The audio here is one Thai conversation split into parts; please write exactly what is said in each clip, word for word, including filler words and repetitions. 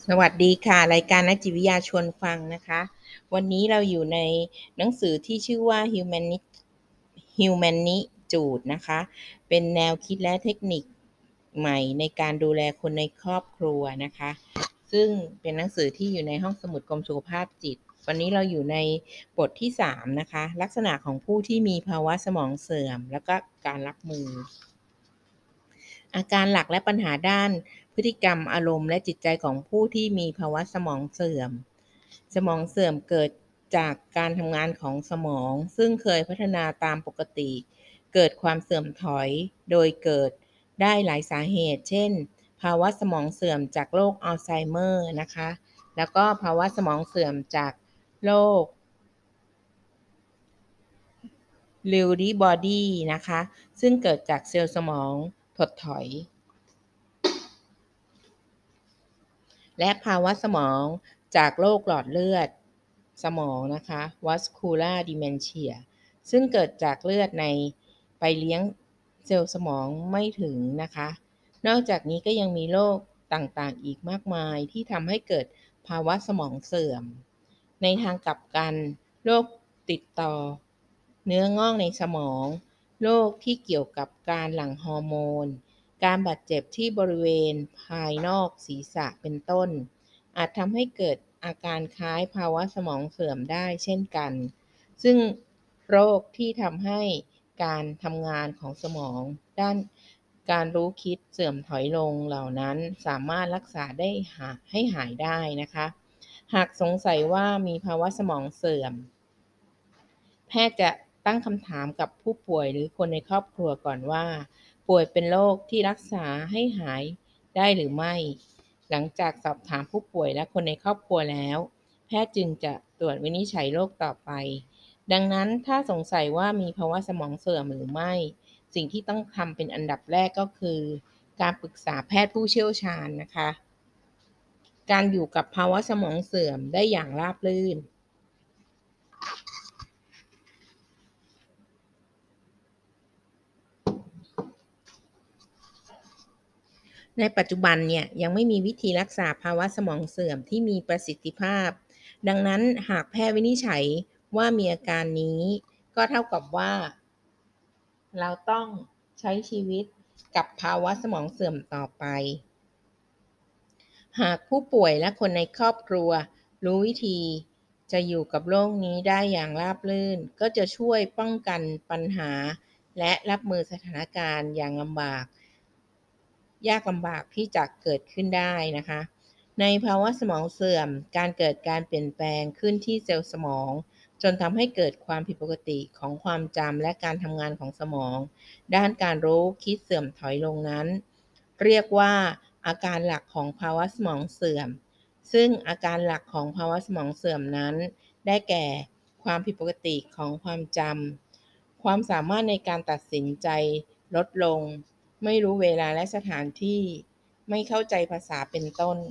สวัสดีค่ะรายการนักจิตวิทยาชวนฟังนะคะวันนี้เราอยู่ในหนังสือที่ชื่อว่า Humani Humanitude นะคะเป็นแนวคิดและเทคนิคใหม่ในการดูแลคนในครอบครัวนะคะซึ่งเป็นหนังสือที่อยู่ในห้องสมุดกรมสุขภาพจิตวันนี้เราอยู่ในบทที่สามนะคะลักษณะของผู้ที่มีภาวะสมองเสื่อมแล้วก็การรับมืออาการหลักและปัญหาด้านพฤติกรรมอารมณ์และจิตใจของผู้ที่มีภาวะสมองเสื่อมสมองเสื่อมเกิดจากการทำงานของสมองซึ่งเคยพัฒนาตามปกติเกิดความเสื่อมถอยโดยเกิดได้หลายสาเหตุเช่นภาวะสมองเสื่อมจากโรคอัลไซเมอร์นะคะแล้วก็ภาวะสมองเสื่อมจากโรคลิวดี้บอดี้นะคะซึ่งเกิดจากเซลล์สมองถดถอยและภาวะสมองจากโรคหลอดเลือดสมองนะคะ vascular dementia ซึ่งเกิดจากเลือดในไปเลี้ยงเซลล์สมองไม่ถึงนะคะนอกจากนี้ก็ยังมีโรคต่างๆอีกมากมายที่ทำให้เกิดภาวะสมองเสื่อมในทางกลับกันโรคติดต่อเนื้องอกในสมองโรคที่เกี่ยวกับการหลั่งฮอร์โมนการบาดเจ็บที่บริเวณภายนอกศีรษะเป็นต้นอาจทำให้เกิดอาการคล้ายภาวะสมองเสื่อมได้เช่นกันซึ่งโรคที่ทำให้การทำงานของสมองด้านการรู้คิดเสื่อมถอยลงเหล่านั้นสามารถรักษาได้หาให้หายได้นะคะหากสงสัยว่ามีภาวะสมองเสื่อมแพทย์จะตั้งคำถามกับผู้ป่วยหรือคนในครอบครัวก่อนว่าป่วยเป็นโรคที่รักษาให้หายได้หรือไม่หลังจากสอบถามผู้ป่วยและคนในครอบครัวแล้วแพทย์จึงจะตรวจวินิจฉัยโรคต่อไปดังนั้นถ้าสงสัยว่ามีภาวะสมองเสื่อมหรือไม่สิ่งที่ต้องทำเป็นอันดับแรกก็คือการปรึกษาแพทย์ผู้เชี่ยวชาญนะคะการอยู่กับภาวะสมองเสื่อมได้อย่างราบรื่นในปัจจุบันเนี่ยยังไม่มีวิธีรักษาภาวะสมองเสื่อมที่มีประสิทธิภาพดังนั้นหากแพทย์วินิจฉัยว่ามีอาการนี้ก็เท่ากับว่าเราต้องใช้ชีวิตกับภาวะสมองเสื่อมต่อไปหากผู้ป่วยและคนในครอบครัวรู้วิธีจะอยู่กับโรคนี้ได้อย่างราบรื่นก็จะช่วยป้องกันปัญหาและรับมือสถานการณ์อย่างลำบากยากลำบากที่จะเกิดขึ้นได้นะคะในภาวะสมองเสื่อมการเกิดการเปลี่ยนแปลงขึ้นที่เซลล์สมองจนทำให้เกิดความผิดปกติของความจำและการทำงานของสมองด้านการรู้คิดเสื่อมถอยลงนั้นเรียกว่าอาการหลักของภาวะสมองเสื่อมซึ่งอาการหลักของภาวะสมองเสื่อมนั้นได้แก่ความผิดปกติของความจำความสามารถในการตัดสินใจลดลงไม่รู้เวลาและสถานที่ไม่เข้าใจภาษาเป็นต้น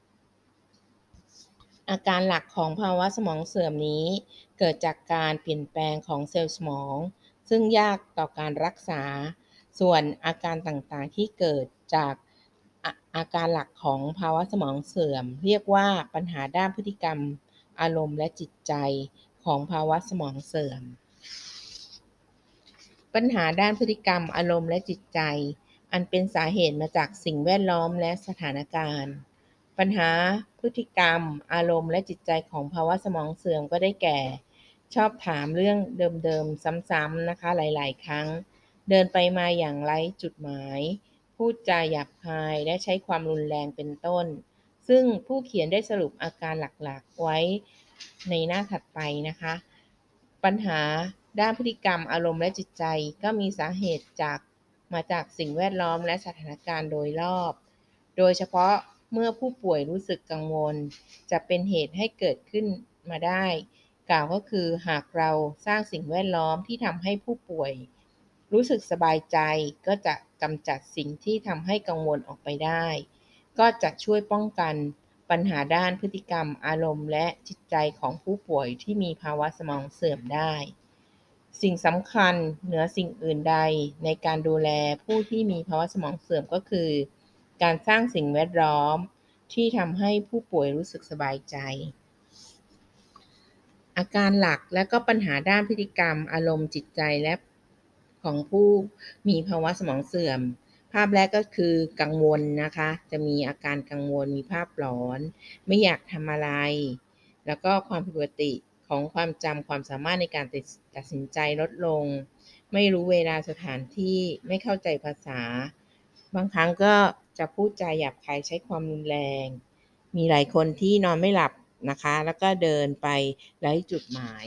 อาการหลักของภาวะสมองเสื่อมนี้เกิดจากการเปลี่ยนแปลงของเซลล์สมองซึ่งยากต่อการรักษาส่วนอาการต่างๆที่เกิดจากอาอาการหลักของภาวะสมองเสื่อมเรียกว่าปัญหาด้านพฤติกรรมอารมณ์และจิตใจของภาวะสมองเสื่อมปัญหาด้านพฤติกรรมอารมณ์และจิตใจอันเป็นสาเหตุมาจากสิ่งแวดล้อมและสถานการณ์ปัญหาพฤติกรรมอารมณ์และจิตใจของภาวะสมองเสื่อมก็ได้แก่ชอบถามเรื่องเดิมๆซ้ำๆนะคะหลายๆครั้งเดินไปมาอย่างไร้จุดหมายพูดจาหยาบคายและใช้ความรุนแรงเป็นต้นซึ่งผู้เขียนได้สรุปอาการหลักๆไว้ในหน้าถัดไปนะคะปัญหาด้านพฤติกรรมอารมณ์และจิตใจก็มีสาเหตุจากมาจากสิ่งแวดล้อมและสถานการณ์โดยรอบโดยเฉพาะเมื่อผู้ป่วยรู้สึกกังวลจะเป็นเหตุให้เกิดขึ้นมาได้กล่าวก็คือหากเราสร้างสิ่งแวดล้อมที่ทำให้ผู้ป่วยรู้สึกสบายใจก็จะกำจัดสิ่งที่ทำให้กังวลออกไปได้ก็จะช่วยป้องกันปัญหาด้านพฤติกรรมอารมณ์และจิตใจของผู้ป่วยที่มีภาวะสมองเสื่อมได้สิ่งสำคัญเหนือสิ่งอื่นใดในการดูแลผู้ที่มีภาวะสมองเสื่อมก็คือการสร้างสิ่งแวดล้อมที่ทำให้ผู้ป่วยรู้สึกสบายใจอาการหลักและก็ปัญหาด้านพฤติกรรมอารมณ์จิตใจและของผู้มีภาวะสมองเสื่อมภาพแรกก็คือกังวลนะคะจะมีอาการกังวลมีภาพหลอนไม่อยากทำอะไรแล้วก็ความผิดปกติของความจำความสามารถในการตัดสินใจลดลงไม่รู้เวลาสถานที่ไม่เข้าใจภาษาบางครั้งก็จะพูดจาหยาบคายใช้ความรุนแรงมีหลายคนที่นอนไม่หลับนะคะแล้วก็เดินไปไร้จุดหมาย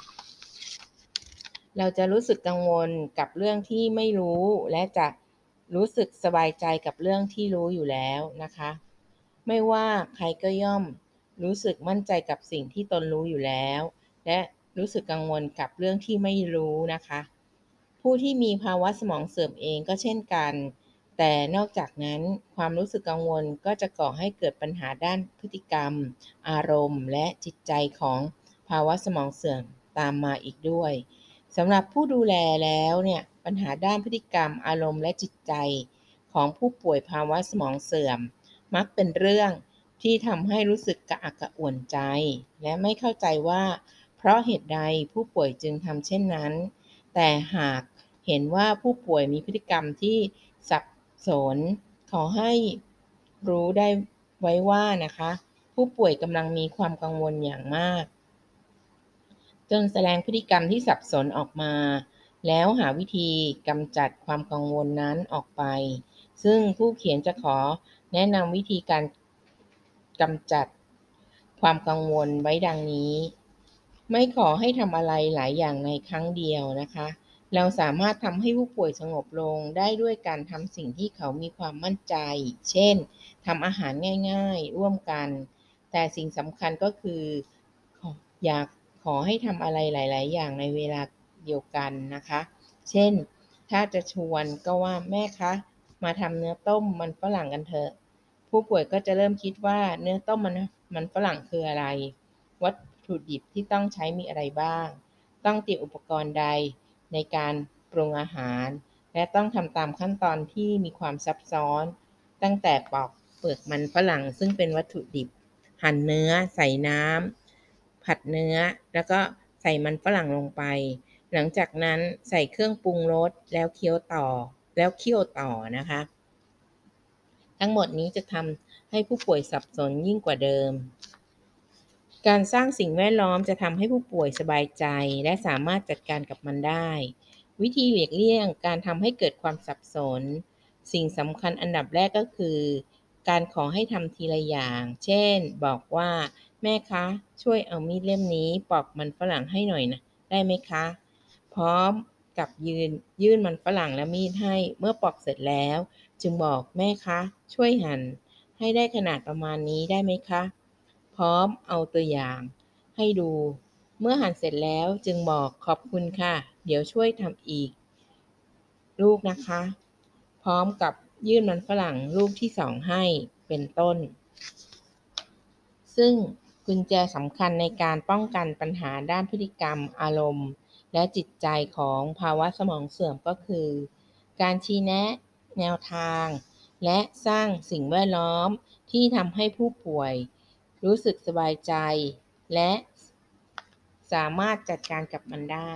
เราจะรู้สึกกังวลกับเรื่องที่ไม่รู้และจะรู้สึกสบายใจกับเรื่องที่รู้อยู่แล้วนะคะไม่ว่าใครก็ย่อมรู้สึกมั่นใจกับสิ่งที่ตนรู้อยู่แล้วและรู้สึกกังวลกับเรื่องที่ไม่รู้นะคะผู้ที่มีภาวะสมองเสื่อมเองก็เช่นกันแต่นอกจากนั้นความรู้สึกกังวลก็จะก่อให้เกิดปัญหาด้านพฤติกรรมอารมณ์และจิตใจของภาวะสมองเสื่อมตามมาอีกด้วยสำหรับผู้ดูแลแล้วเนี่ยปัญหาด้านพฤติกรรมอารมณ์และจิตใจของผู้ป่วยภาวะสมองเสื่อมมักเป็นเรื่องที่ทำให้รู้สึกกระอักกระอ่วนใจและไม่เข้าใจว่าเพราะเหตุใดผู้ป่วยจึงทำเช่นนั้นแต่หากเห็นว่าผู้ป่วยมีพฤติกรรมที่สับสนขอให้รู้ได้ไว้ว่านะคะผู้ป่วยกำลังมีความกังวลอย่างมากจนแสดงพฤติกรรมที่สับสนออกมาแล้วหาวิธีกำจัดความกังวลนั้นออกไปซึ่งผู้เขียนจะขอแนะนำวิธีการกำจัดความกังวลไว้ดังนี้ไม่ขอให้ทำอะไรหลายอย่างในครั้งเดียวนะคะเราสามารถทำให้ผู้ป่วยสงบลงได้ด้วยการทำสิ่งที่เขามีความมั่นใจเช่นทำอาหารง่ายๆร่วมกันแต่สิ่งสำคัญก็คืออยากขอให้ทำอะไรหลายๆอย่างในเวลาเดียวกันนะคะเช่นถ้าจะชวนก็ว่าแม่คะมาทำเนื้อต้มมันฝรั่งกันเถอะผู้ป่วยก็จะเริ่มคิดว่าเนื้อต้มมันมันฝรั่งคืออะไรวัตถุดิบที่ต้องใช้มีอะไรบ้างต้องเตรียมอุปกรณ์ใดในการปรุงอาหารและต้องทำตามขั้นตอนที่มีความซับซ้อนตั้งแต่ปอกเปลือกมันฝรั่งซึ่งเป็นวัตถุดิบหั่นเนื้อใส่น้ำผัดเนื้อแล้วก็ใส่มันฝรั่งลงไปหลังจากนั้นใส่เครื่องปรุงรสแล้วเคี่ยวต่อแล้วเคี่ยวต่อนะคะทั้งหมดนี้จะทำให้ผู้ป่วยสับสนยิ่งกว่าเดิมการสร้างสิ่งแวดล้อมจะทำให้ผู้ป่วยสบายใจและสามารถจัดการกับมันได้วิธีหลีกเลี่ยงการทำให้เกิดความสับสนสิ่งสำคัญอันดับแรกก็คือการขอให้ทำทีละอย่างเช่นบอกว่าแม่คะช่วยเอามีดเล่มนี้ปอกมันฝรั่งให้หน่อยนะได้ไหมคะพร้อมกับยืนยื่นมันฝรั่งและมีดให้เมื่อปอกเสร็จแล้วจึงบอกแม่คะช่วยหั่นให้ได้ขนาดประมาณนี้ได้ไหมคะพร้อมเอาตัวอย่างให้ดูเมื่อหั่นเสร็จแล้วจึงบอกขอบคุณค่ะเดี๋ยวช่วยทำอีกลูกนะคะพร้อมกับยื่นมันฝรั่งลูกที่สองให้เป็นต้นซึ่งกุญแจสำคัญในการป้องกันปัญหาด้านพฤติกรรมอารมณ์และจิตใจของภาวะสมองเสื่อมก็คือการชี้แนะแนวทางและสร้างสิ่งแวดล้อมที่ทำให้ผู้ป่วยรู้สึกสบายใจและสามารถจัดการกับมันได้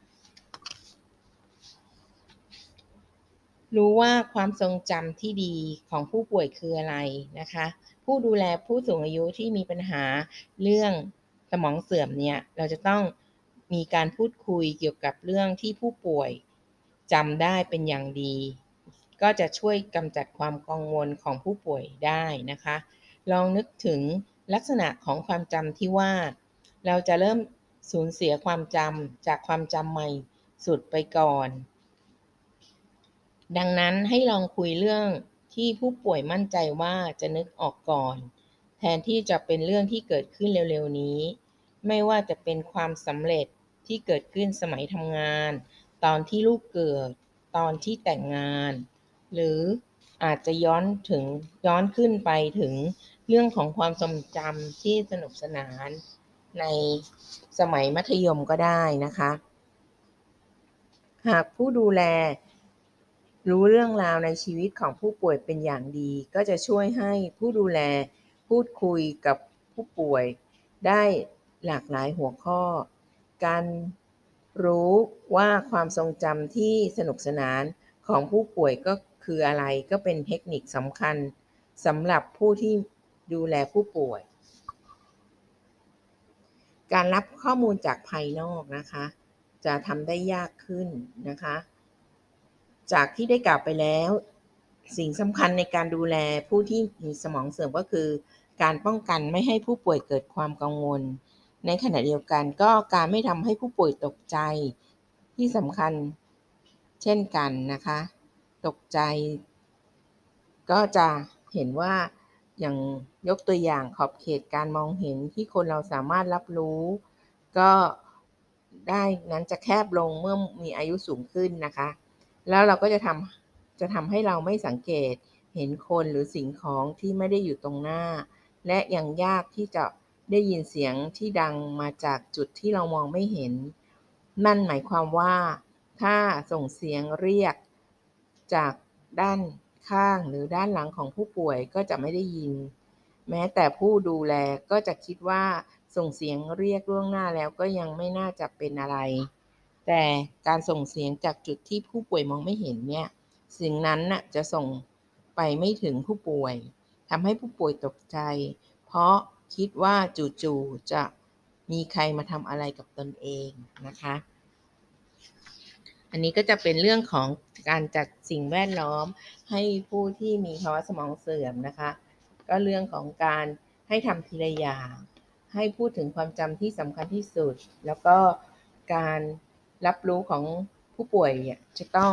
รู้ว่าความทรงจำที่ดีของผู้ป่วยคืออะไรนะคะผู้ดูแลผู้สูงอายุที่มีปัญหาเรื่องสมองเสื่อมเนี่ยเราจะต้องมีการพูดคุยเกี่ยวกับเรื่องที่ผู้ป่วยจำได้เป็นอย่างดีก็จะช่วยกำจัดความกังวลของผู้ป่วยได้นะคะลองนึกถึงลักษณะของความจำที่ว่าเราจะเริ่มสูญเสียความจำจากความจำใหม่สุดไปก่อนดังนั้นให้ลองคุยเรื่องที่ผู้ป่วยมั่นใจว่าจะนึกออกก่อนแทนที่จะเป็นเรื่องที่เกิดขึ้นเร็วๆนี้ไม่ว่าจะเป็นความสำเร็จที่เกิดขึ้นสมัยทำงานตอนที่ลูกเกิดตอนที่แต่งงานหรืออาจจะย้อนถึงย้อนขึ้นไปถึงเรื่องของความทรงจำที่สนุกสนานในสมัยมัธยมก็ได้นะคะหากผู้ดูแลรู้เรื่องราวในชีวิตของผู้ป่วยเป็นอย่างดีก็จะช่วยให้ผู้ดูแลพูดคุยกับผู้ป่วยได้หลากหลายหัวข้อการรู้ว่าความทรงจำที่สนุกสนานของผู้ป่วยก็คืออะไรก็เป็นเทคนิคสำคัญสำหรับผู้ที่ดูแลผู้ป่วยการรับข้อมูลจากภายนอกนะคะจะทำได้ยากขึ้นนะคะจากที่ได้กล่าวไปแล้วสิ่งสำคัญในการดูแลผู้ที่มีสมองเสื่อมก็คือการป้องกันไม่ให้ผู้ป่วยเกิดความกังวลในขณะเดียวกันก็การไม่ทำให้ผู้ป่วยตกใจที่สำคัญเช่นกันนะคะตกใจก็จะเห็นว่าอย่างยกตัวอย่างขอบเขตการมองเห็นที่คนเราสามารถรับรู้ก็ได้นั้นจะแคบลงเมื่อมีอายุสูงขึ้นนะคะแล้วเราก็จะทำจะทำให้เราไม่สังเกตเห็นคนหรือสิ่งของที่ไม่ได้อยู่ตรงหน้าและยังยากที่จะได้ยินเสียงที่ดังมาจากจุดที่เรามองไม่เห็นนั่นหมายความว่าถ้าส่งเสียงเรียกจากด้านข้างหรือด้านหลังของผู้ป่วยก็จะไม่ได้ยินแม้แต่ผู้ดูแลก็จะคิดว่าส่งเสียงเรียกล่วงหน้าแล้วก็ยังไม่น่าจะเป็นอะไรแต่การส่งเสียงจากจุดที่ผู้ป่วยมองไม่เห็นเนี่ยสิ่งนั้นน่ะจะส่งไปไม่ถึงผู้ป่วยทำให้ผู้ป่วยตกใจเพราะคิดว่าจู่ๆจะมีใครมาทำอะไรกับตนเองนะคะอันนี้ก็จะเป็นเรื่องของการจัดสิ่งแวดล้อมให้ผู้ที่มีภาวะสมองเสื่อมนะคะก็เรื่องของการให้ทำทีละอย่างให้พูดถึงความจำที่สำคัญที่สุดแล้วก็การรับรู้ของผู้ป่วยจะต้อง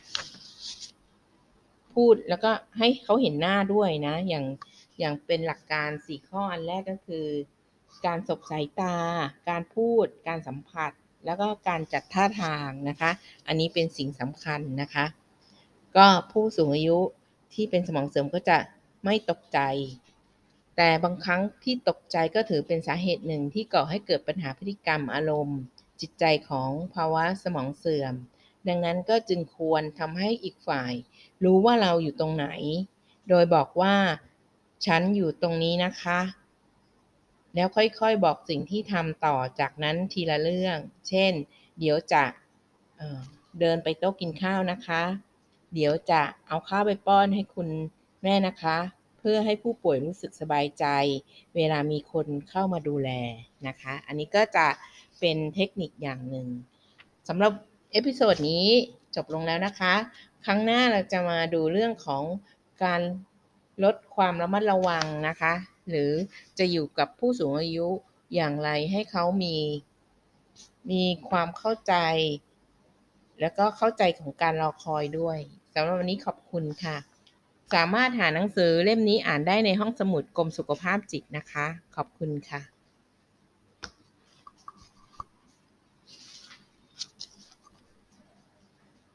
พูดแล้วก็ให้เขาเห็นหน้าด้วยนะอย่างอย่างเป็นหลักการสี่ข้ออันแรกก็คือการสบสายตาการพูดการสัมผัสแล้วก็การจัดท่าทางนะคะอันนี้เป็นสิ่งสำคัญนะคะก็ผู้สูงอายุที่เป็นสมองเสื่อมก็จะไม่ตกใจแต่บางครั้งที่ตกใจก็ถือเป็นสาเหตุหนึ่งที่ก่อให้เกิดปัญหาพฤติกรรมอารมณ์จิตใจของภาวะสมองเสื่อมดังนั้นก็จึงควรทำให้อีกฝ่ายรู้ว่าเราอยู่ตรงไหนโดยบอกว่าฉันอยู่ตรงนี้นะคะแล้วค่อยๆบอกสิ่งที่ทำต่อจากนั้นทีละเรื่องเช่นเดี๋ยวจะเอ่อเดินไปโต๊ะกินข้าวนะคะเดี๋ยวจะเอาข้าวไปป้อนให้คุณแม่นะคะเพื่อให้ผู้ป่วยรู้สึกสบายใจเวลามีคนเข้ามาดูแลนะคะอันนี้ก็จะเป็นเทคนิคอย่างหนึ่งสำหรับเอพิโซดนี้จบลงแล้วนะคะครั้งหน้าเราจะมาดูเรื่องของการลดความระมัดระวังนะคะหรือจะอยู่กับผู้สูงอายุอย่างไรให้เขามีมีความเข้าใจแล้วก็เข้าใจของการรอคอยด้วยสำหรับวันนี้ขอบคุณค่ะสามารถหาหนังสือเล่มนี้อ่านได้ในห้องสมุดกรมสุขภาพจิตนะคะขอบคุณค่ะ